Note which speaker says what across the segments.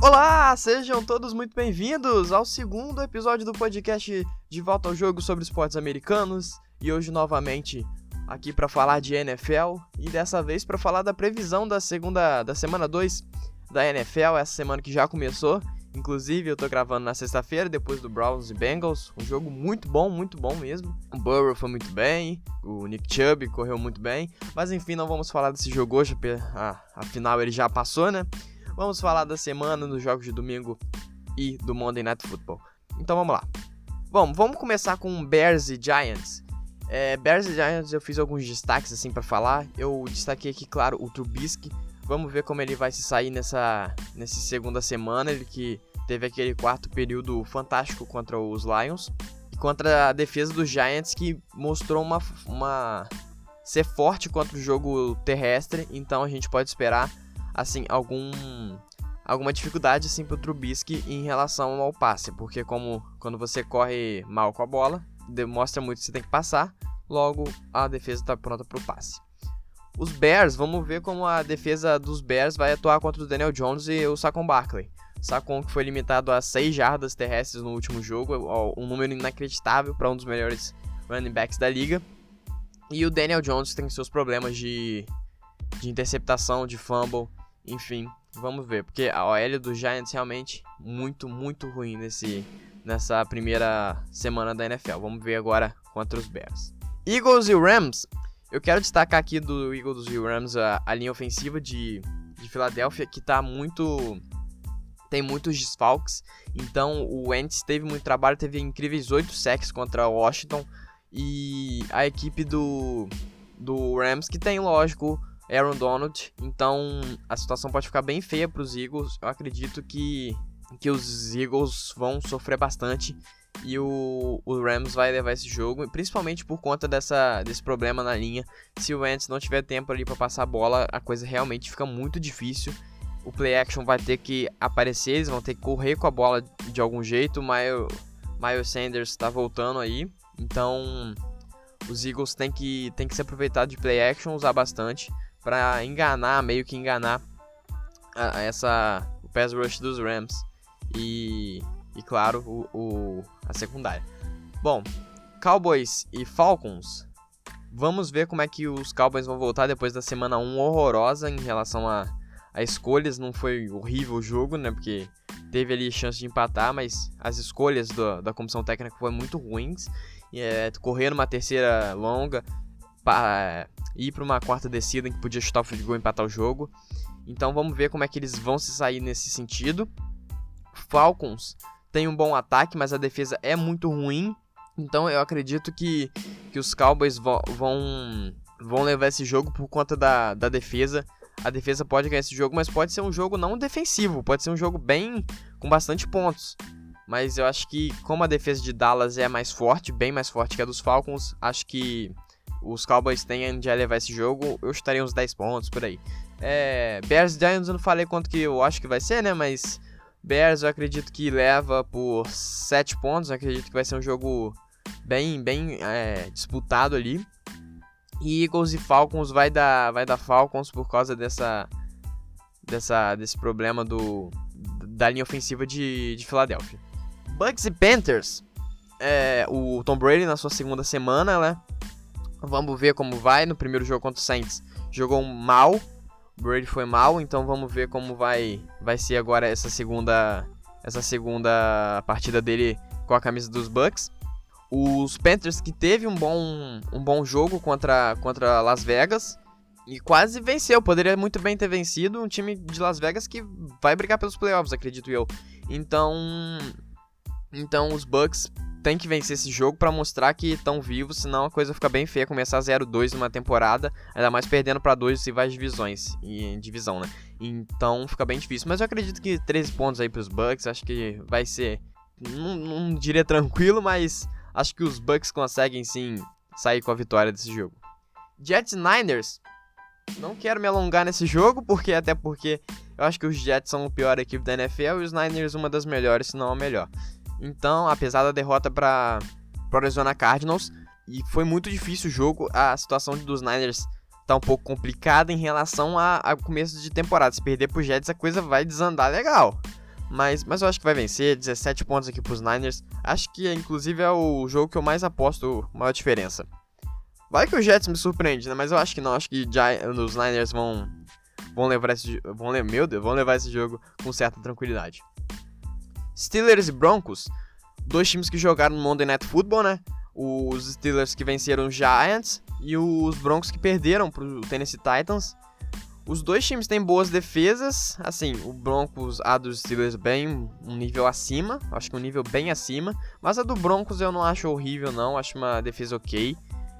Speaker 1: Olá, sejam todos muito bem-vindos ao segundo episódio do podcast De Volta ao Jogo sobre esportes americanos. E hoje novamente aqui para falar de NFL e dessa vez para falar da previsão da semana 2 da NFL, essa semana que já começou. Inclusive eu tô gravando na sexta-feira depois do Browns e Bengals, um jogo muito bom mesmo. O Burrow foi muito bem, o Nick Chubb correu muito bem, mas enfim, não vamos falar desse jogo hoje, afinal ele já passou, né? Vamos falar da semana, dos jogos de domingo e do Monday Night Football. Então vamos lá. Bom, vamos começar com Bears e Giants. Bears e Giants eu fiz alguns destaques assim pra falar. Eu destaquei aqui, claro, o Trubisky. Vamos ver como ele vai se sair nessa segunda semana. Ele que teve aquele quarto período fantástico contra os Lions. E contra a defesa dos Giants, que mostrou uma ser forte contra o jogo terrestre. Então a gente pode esperar assim, alguma dificuldade assim pro Trubisky em relação ao passe, porque quando você corre mal com a bola, demonstra muito que você tem que passar, logo a defesa está pronta pro passe. Os Bears, vamos ver como a defesa dos Bears vai atuar contra o Daniel Jones e o Saquon Barkley. Saquon que foi limitado a 6 jardas terrestres no último jogo, um número inacreditável para um dos melhores running backs da liga. E o Daniel Jones tem seus problemas de interceptação, de fumble. Enfim, vamos ver, porque a OL dos Giants realmente muito ruim nessa primeira semana da NFL. Vamos ver agora contra os Bears. Eagles e Rams. Eu quero destacar aqui do Eagles e Rams a linha ofensiva de Filadélfia, que tem muitos desfalques. Então o Wentz teve muito trabalho, teve incríveis 8 sacks contra o Washington. E a equipe do Rams, que tem, lógico, Aaron Donald, então a situação pode ficar bem feia para os Eagles. Eu acredito que os Eagles vão sofrer bastante e o Rams vai levar esse jogo, principalmente por conta desse problema na linha. Se o Wentz não tiver tempo ali para passar a bola, a coisa realmente fica muito difícil. O play action vai ter que aparecer, eles vão ter que correr com a bola de algum jeito. O Miles Sanders está voltando aí, então os Eagles têm que se aproveitar de play action, usar bastante para meio que enganar o pass rush dos Rams e claro, a secundária. Bom, Cowboys e Falcons. Vamos ver como é que os Cowboys vão voltar depois da semana 1 horrorosa em relação a escolhas. Não foi horrível o jogo, né? Porque teve ali chance de empatar, mas as escolhas da comissão técnica foram muito ruins. Correr numa terceira longa, ir para uma quarta descida em que podia chutar o field goal e empatar o jogo. Então vamos ver como é que eles vão se sair nesse sentido. Falcons tem um bom ataque, mas a defesa é muito ruim. Então eu acredito que os Cowboys vão levar esse jogo por conta da defesa. A defesa pode ganhar esse jogo, mas pode ser um jogo não defensivo. Pode ser um jogo com bastante pontos. Mas eu acho que como a defesa de Dallas é mais forte, bem mais forte que a dos Falcons, acho que os Cowboys tendem a levar esse jogo. Eu chutaria uns 10 pontos por aí. Bears e Giants eu não falei quanto que eu acho que vai ser, né? Mas Bears eu acredito que leva por 7 pontos. Eu acredito que vai ser um jogo bem disputado ali. E Eagles e Falcons vai dar Falcons por causa desse problema da linha ofensiva de Filadélfia. Bucks e Panthers. O Tom Brady na sua segunda semana, né? Vamos ver como vai. No primeiro jogo contra o Saints jogou mal. O Brady foi mal, então vamos ver como vai ser agora essa segunda partida dele com a camisa dos Bucks. Os Panthers, que teve um bom jogo contra Las Vegas e quase venceu, poderia muito bem ter vencido um time de Las Vegas que vai brigar pelos playoffs, acredito eu. Então os Bucks têm que vencer esse jogo para mostrar que estão vivos, senão a coisa fica bem feia, começar 0-2 numa temporada, ainda mais perdendo para 2 rivais em divisão, né? Então fica bem difícil, mas eu acredito que 13 pontos aí para os Bucks, acho que vai ser, não diria tranquilo, mas acho que os Bucks conseguem sim sair com a vitória desse jogo. Jets e Niners. Não quero me alongar nesse jogo, porque eu acho que os Jets são a pior equipe da NFL e os Niners uma das melhores, se não a melhor. Então, apesar da derrota para o Arizona Cardinals, e foi muito difícil o jogo, a situação dos Niners tá um pouco complicada em relação ao começo de temporada. Se perder pro Jets, a coisa vai desandar legal. Mas eu acho que vai vencer, 17 pontos aqui pros Niners. Acho que, inclusive, é o jogo que eu mais aposto maior diferença. Vai que o Jets me surpreende, né? Mas eu acho que não. Acho que os Niners vão levar esse jogo com certa tranquilidade. Steelers e Broncos, 2 times que jogaram no Monday Night Football, né? Os Steelers que venceram os Giants e os Broncos que perderam pro Tennessee Titans. Os 2 times têm boas defesas, assim, o Broncos, a dos Steelers bem um nível acima, acho que um nível bem acima, mas a do Broncos eu não acho horrível não, acho uma defesa ok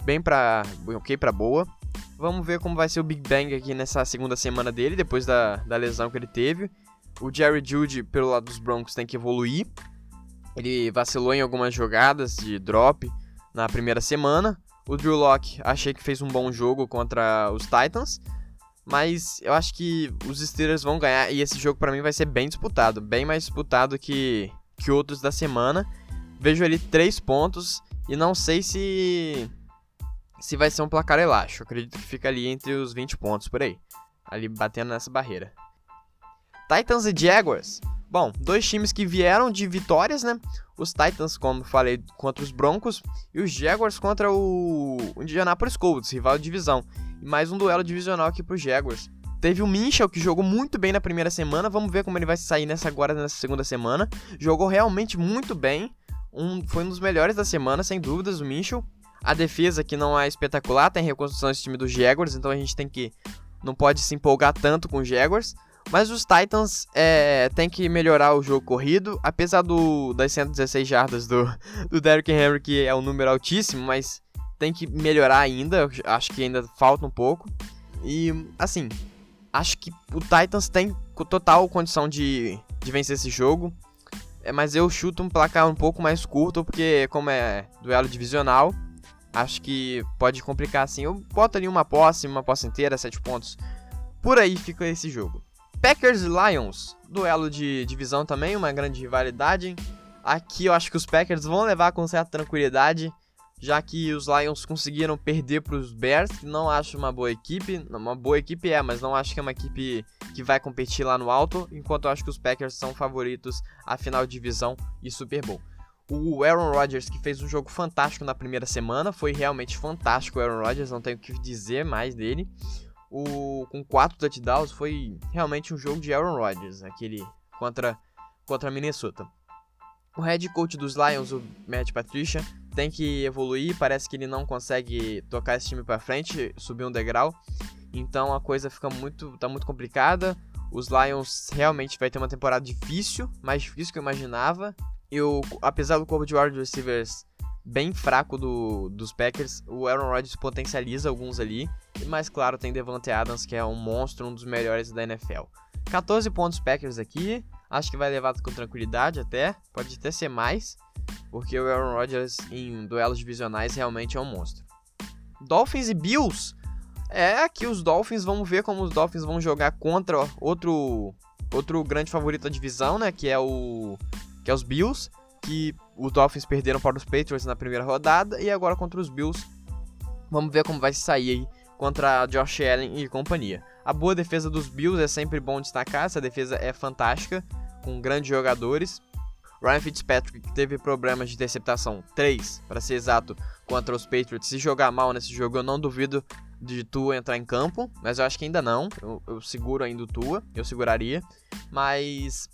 Speaker 1: pra boa. Vamos ver como vai ser o Big Bang aqui nessa segunda semana dele, depois da lesão que ele teve. O Jerry Jeudy, pelo lado dos Broncos, tem que evoluir, ele vacilou em algumas jogadas de drop na primeira semana. O Drew Lock achei que fez um bom jogo contra os Titans, mas eu acho que os Steelers vão ganhar e esse jogo pra mim vai ser bem disputado, bem mais disputado que outros da semana. Vejo ali 3 pontos e não sei se vai ser um placar elástico. Acredito que fica ali entre os 20 pontos por aí, ali batendo nessa barreira. Titans e Jaguars. Bom, 2 times que vieram de vitórias, né? Os Titans, como falei, contra os Broncos e os Jaguars contra o Indianapolis Colts, rival de divisão. E mais um duelo divisional aqui pro Jaguars. Teve o Minshew, que jogou muito bem na primeira semana. Vamos ver como ele vai sair nessa segunda semana. Jogou realmente muito bem. Foi um dos melhores da semana, sem dúvidas, o Minshew. A defesa, que não é espetacular, tem reconstrução esse time dos Jaguars, então a gente não pode se empolgar tanto com os Jaguars. Mas os Titans tem que melhorar o jogo corrido, apesar das 116 jardas do Derrick Henry, que é um número altíssimo, mas tem que melhorar ainda, acho que ainda falta um pouco. E, assim, acho que o Titans tem total condição de vencer esse jogo, mas eu chuto um placar um pouco mais curto, porque como é duelo divisional, acho que pode complicar assim. Eu boto ali uma posse inteira, 7 pontos, por aí fica esse jogo. Packers e Lions, duelo de divisão também, uma grande rivalidade. Aqui eu acho que os Packers vão levar com certa tranquilidade, já que os Lions conseguiram perder para os Bears, que não acho uma boa equipe. Uma boa equipe mas não acho que é uma equipe que vai competir lá no alto, enquanto eu acho que os Packers são favoritos à final de divisão e Super Bowl. O Aaron Rodgers, que fez um jogo fantástico na primeira semana, foi realmente fantástico o Aaron Rodgers, não tenho o que dizer mais dele. Com 4 touchdowns, foi realmente um jogo de Aaron Rodgers, aquele contra Minnesota. O head coach dos Lions, o Matt Patricia, tem que evoluir, parece que ele não consegue tocar esse time para frente, subir um degrau, então a coisa tá muito complicada. Os Lions realmente vai ter uma temporada difícil, mais difícil que eu imaginava. Apesar do corpo de wide receivers bem fraco dos Packers, o Aaron Rodgers potencializa alguns ali, mas claro, tem Davante Adams, que é um monstro, um dos melhores da NFL. 14 pontos Packers aqui, acho que vai levar com tranquilidade até, pode até ser mais, porque o Aaron Rodgers em duelos divisionais realmente é um monstro. Dolphins e Bills, aqui os Dolphins, vamos ver como os Dolphins vão jogar contra outro grande favorito da divisão, né, que é os Bills, que os Dolphins perderam para os Patriots na primeira rodada, e agora contra os Bills, vamos ver como vai sair aí contra Josh Allen e companhia. A boa defesa dos Bills é sempre bom destacar, essa defesa é fantástica, com grandes jogadores. Ryan Fitzpatrick, que teve problemas de interceptação, 3, para ser exato, contra os Patriots. Se jogar mal nesse jogo, eu não duvido de Tua entrar em campo, mas eu acho que ainda não, eu seguro ainda o Tua, eu seguraria, mas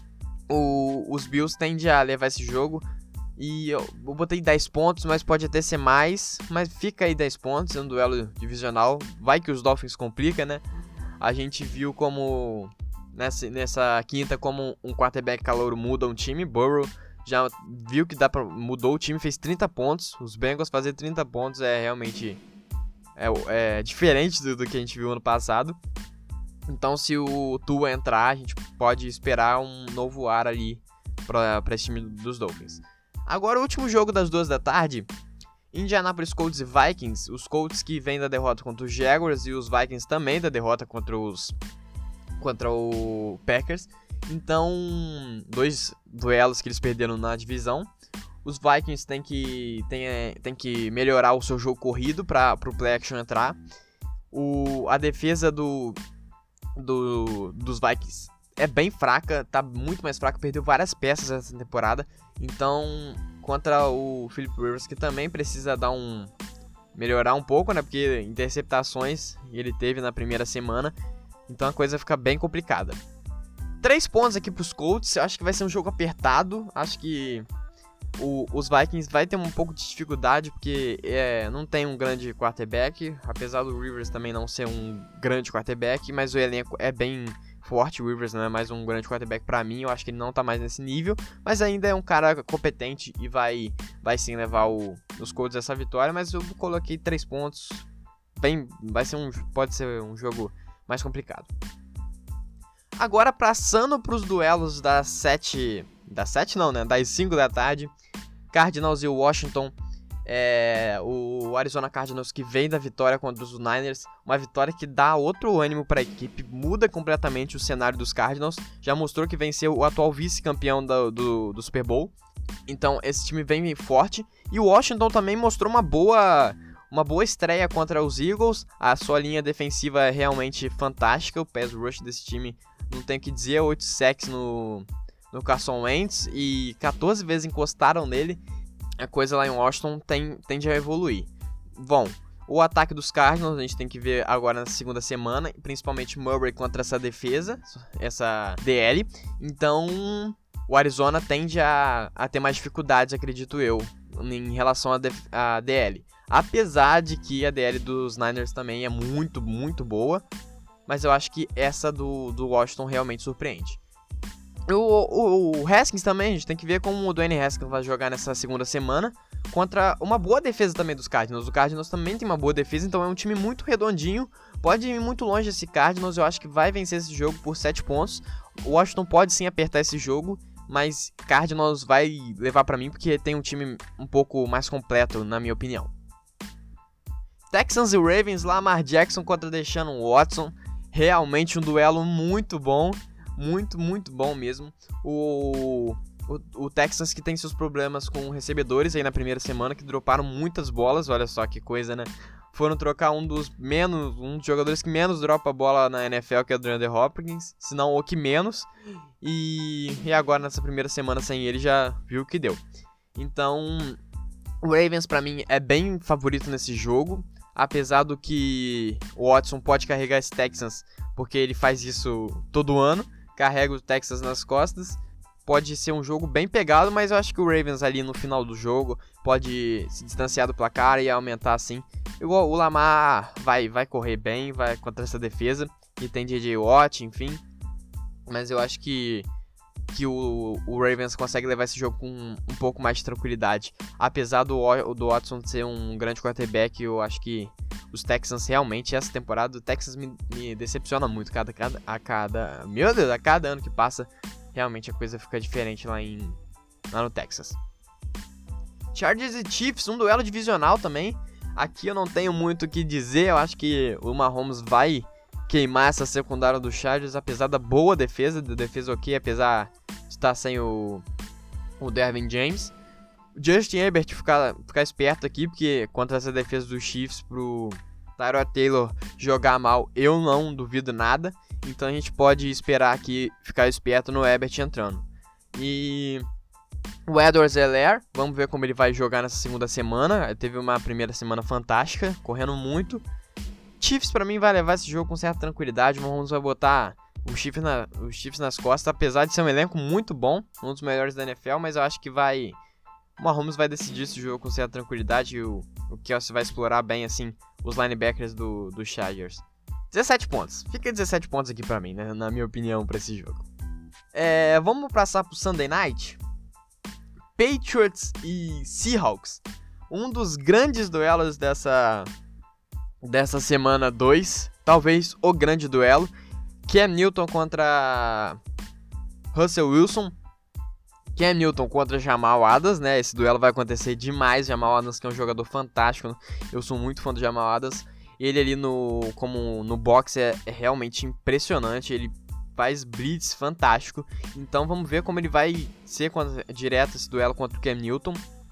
Speaker 1: os Bills tendem a levar esse jogo, e eu botei 10 pontos, mas pode até ser mais, mas fica aí 10 pontos, é um duelo divisional, vai que os Dolphins complica, né? A gente viu como nessa quinta como um quarterback calouro muda um time. Burrow já viu que mudou o time, fez 30 pontos, os Bengals fazer 30 pontos é realmente diferente do que a gente viu ano passado. Então, se o Tua entrar, a gente pode esperar um novo ar ali para esse time dos Dolphins. Agora, o último jogo das 2 da tarde, Indianapolis Colts e Vikings. Os Colts que vêm da derrota contra os Jaguars e os Vikings também da derrota contra o Packers. Então, 2 duelos que eles perderam na divisão. Os Vikings têm que melhorar o seu jogo corrido para o play action entrar. A defesa dos Vikings é bem fraca, tá muito mais fraca, perdeu várias peças essa temporada. Então, contra o Philip Rivers, que também precisa melhorar um pouco, né? Porque interceptações ele teve na primeira semana, então a coisa fica bem complicada. 3 pontos aqui pros Colts, eu acho que vai ser um jogo apertado, acho que os Vikings vai ter um pouco de dificuldade, porque não tem um grande quarterback, apesar do Rivers também não ser um grande quarterback, mas o elenco é bem forte. O Rivers não é mais um grande quarterback pra mim, eu acho que ele não tá mais nesse nível, mas ainda é um cara competente e vai sim levar os Colts a essa vitória, mas eu coloquei 3 pontos, pode ser um jogo mais complicado. Agora, passando para os duelos das 5 da tarde, Cardinals e o Washington, o Arizona Cardinals que vem da vitória contra os Niners, uma vitória que dá outro ânimo para a equipe, muda completamente o cenário dos Cardinals, já mostrou que venceu o atual vice-campeão do Super Bowl, então esse time vem forte, e o Washington também mostrou uma boa estreia contra os Eagles, a sua linha defensiva é realmente fantástica, o pass rush desse time não tem o que dizer, 8 sacks no Carson Wentz e 14 vezes encostaram nele. A coisa lá em Washington tende a evoluir. Bom, o ataque dos Cardinals a gente tem que ver agora na segunda semana, principalmente Murray contra essa defesa, essa DL. Então o Arizona tende a ter mais dificuldades, acredito eu, em relação à DL. Apesar de que a DL dos Niners também é muito, muito boa, mas eu acho que essa do Washington realmente surpreende. O Haskins também, a gente tem que ver como o Dwayne Haskins vai jogar nessa segunda semana contra uma boa defesa também dos Cardinals. O Cardinals também tem uma boa defesa, então é um time muito redondinho, pode ir muito longe esse Cardinals, eu acho que vai vencer esse jogo por 7 pontos. O Washington pode sim apertar esse jogo, mas Cardinals vai levar pra mim porque tem um time um pouco mais completo, na minha opinião. Texans e Ravens, Lamar Jackson contra Deshaun Watson, realmente um duelo muito bom, muito, muito bom mesmo. O Texans que tem seus problemas com recebedores aí na primeira semana, que droparam muitas bolas, olha só que coisa, né? Foram trocar um dos jogadores que menos dropa bola na NFL, que é o DeAndre Hopkins, se não o que menos, e agora nessa primeira semana sem ele já viu o que deu. Então, o Ravens pra mim é bem favorito nesse jogo, apesar do que o Watson pode carregar esse Texans, porque ele faz isso todo ano, carrega o Texans nas costas. Pode ser um jogo bem pegado, mas eu acho que o Ravens ali no final do jogo pode se distanciar do placar e aumentar assim. Igual o Lamar vai correr bem, vai contra essa defesa, e tem J.J. Watt, enfim. Mas eu acho que o Ravens consegue levar esse jogo com um pouco mais de tranquilidade. Apesar do Watson ser um grande quarterback, eu acho que os Texans realmente, essa temporada, o Texas me decepciona muito a cada ano que passa. Realmente a coisa fica diferente lá no Texas. Chargers e Chiefs, um duelo divisional também. Aqui eu não tenho muito o que dizer, eu acho que o Mahomes vai queimar essa secundária do Chargers, apesar da boa defesa ok, apesar de estar sem o Derwin James. O Justin Herbert ficar esperto aqui, porque contra essa defesa dos Chiefs pro Tyrod Taylor jogar mal, eu não duvido nada. Então a gente pode esperar aqui, ficar esperto no Herbert entrando. E o Edwards-Helaire, vamos ver como ele vai jogar nessa segunda semana. Ele teve uma primeira semana fantástica, correndo muito. Chiefs pra mim vai levar esse jogo com certa tranquilidade. O Mahomes vai botar os Chiefs nas costas, apesar de ser um elenco muito bom, um dos melhores da NFL, mas eu acho que o Mahomes vai decidir esse jogo com certa tranquilidade e o Kelce vai explorar bem assim os linebackers do Chargers. 17 pontos. Fica 17 pontos aqui pra mim, né? Na minha opinião, pra esse jogo. Vamos passar pro Sunday Night. Patriots e Seahawks. Um dos grandes duelos dessa semana 2. Talvez o grande duelo. Cam Newton contra Russell Wilson. Cam Newton contra Jamal Adams, né? Esse duelo vai acontecer demais. Jamal Adams, que é um jogador fantástico. Eu sou muito fã do Jamal Adams. Ele ali no boxe é realmente impressionante, ele faz blitz fantástico, então vamos ver como ele vai ser direto esse duelo contra o Cam Newton.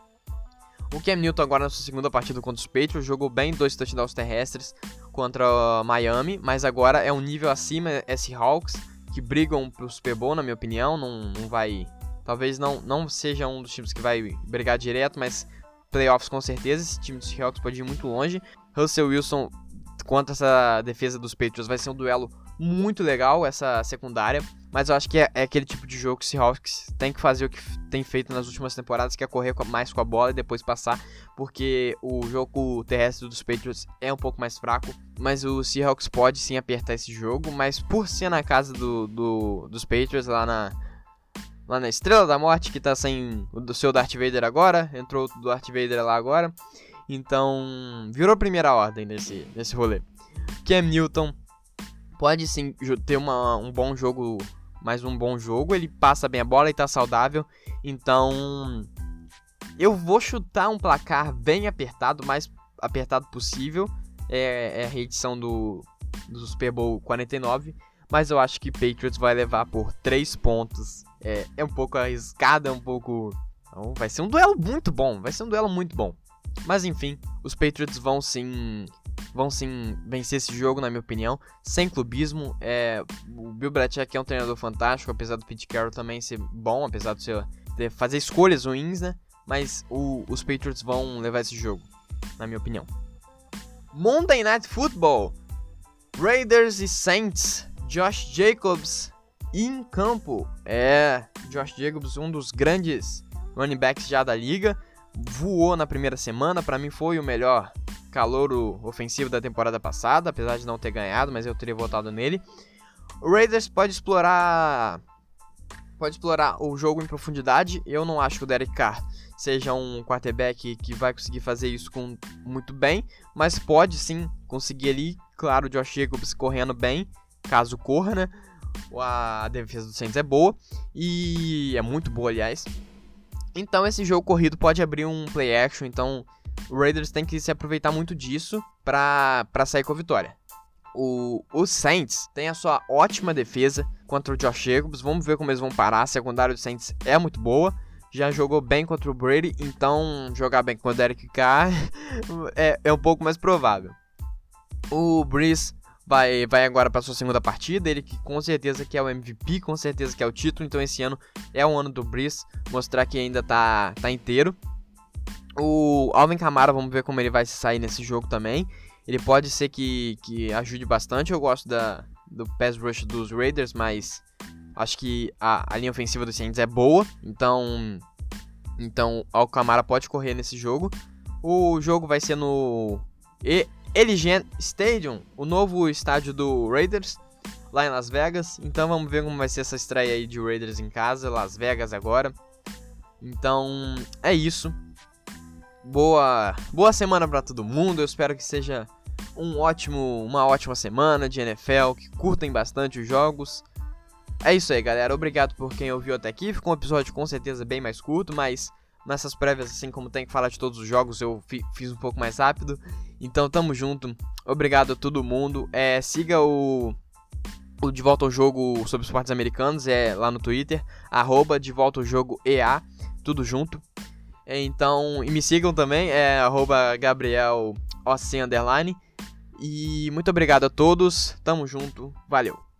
Speaker 1: O Cam Newton agora na sua segunda partida contra os Patriots, jogou bem 2 touchdowns terrestres contra Miami, mas agora é um nível acima, é Seahawks, que brigam pro Super Bowl, na minha opinião. Não vai... Talvez não seja um dos times que vai brigar direto, mas playoffs com certeza. Esse time dos Seahawks pode ir muito longe. Russell Wilson contra essa defesa dos Patriots vai ser um duelo muito legal, essa secundária. Mas eu acho que é aquele tipo de jogo que o Seahawks tem que fazer o que tem feito nas últimas temporadas, que é correr mais com a bola e depois passar, porque o jogo terrestre dos Patriots é um pouco mais fraco. Mas o Seahawks pode sim apertar esse jogo, mas por ser na casa dos Patriots, lá na Estrela da Morte, que tá sem o seu Darth Vader agora, entrou outro Darth Vader lá agora, então virou primeira ordem nesse rolê. Cam Newton pode sim ter um bom jogo, mais um bom jogo, ele passa bem a bola e tá saudável, então eu vou chutar um placar bem apertado, mais apertado possível, é a reedição do Super Bowl 49, mas eu acho que Patriots vai levar por 3 pontos, é um pouco arriscado, então, vai ser um duelo muito bom, mas enfim, os Patriots vão sim vencer esse jogo, na minha opinião, sem clubismo. O Bill Belichick é um treinador fantástico, apesar do Pete Carroll também ser bom, apesar de fazer escolhas ruins, né? Mas os Patriots vão levar esse jogo, na minha opinião. Monday Night Football, Raiders e Saints, Josh Jacobs em campo. Josh Jacobs, um dos grandes running backs já da liga, voou na primeira semana, pra mim foi o melhor calouro ofensivo da temporada passada, apesar de não ter ganhado, mas eu teria votado nele. O Raiders pode explorar o jogo em profundidade. Eu não acho que o Derek Carr seja um quarterback que vai conseguir fazer isso muito bem, mas pode sim conseguir ali. Claro, o Josh Jacobs correndo bem, caso corra, né? A defesa do Saints é boa, e é muito boa, aliás. Então esse jogo corrido pode abrir um play action, então o Raiders tem que se aproveitar muito disso pra sair com a vitória. O Saints tem a sua ótima defesa contra o Josh Jacobs, vamos ver como eles vão parar. A secundária do Saints é muito boa, já jogou bem contra o Brady, então jogar bem com o Derek Carr é um pouco mais provável. O Brees vai agora para sua segunda partida, ele que com certeza que é o MVP, com certeza que é o título, então esse ano é o ano do Brees, mostrar que ainda tá inteiro. O Alvin Kamara, vamos ver como ele vai se sair nesse jogo também, ele pode ser que ajude bastante. Eu gosto do pass rush dos Raiders, mas acho que a linha ofensiva dos Saints é boa, então o Kamara pode correr nesse jogo. O jogo vai ser no Allegiant Stadium, o novo estádio do Raiders, lá em Las Vegas. Então vamos ver como vai ser essa estreia aí de Raiders em casa, Las Vegas agora. Então é isso. Boa semana pra todo mundo. Eu espero que seja uma ótima semana de NFL, que curtem bastante os jogos. É isso aí, galera. Obrigado por quem ouviu até aqui. Ficou um episódio com certeza bem mais curto, mas nessas prévias, assim como tem que falar de todos os jogos, eu fiz um pouco mais rápido. Então tamo junto, obrigado a todo mundo. Siga o De Volta ao Jogo sobre esportes americanos, lá no Twitter, @De Volta ao Jogo EA, tudo junto. Então, e me sigam também, @GabrielOC_. E muito obrigado a todos, tamo junto, valeu.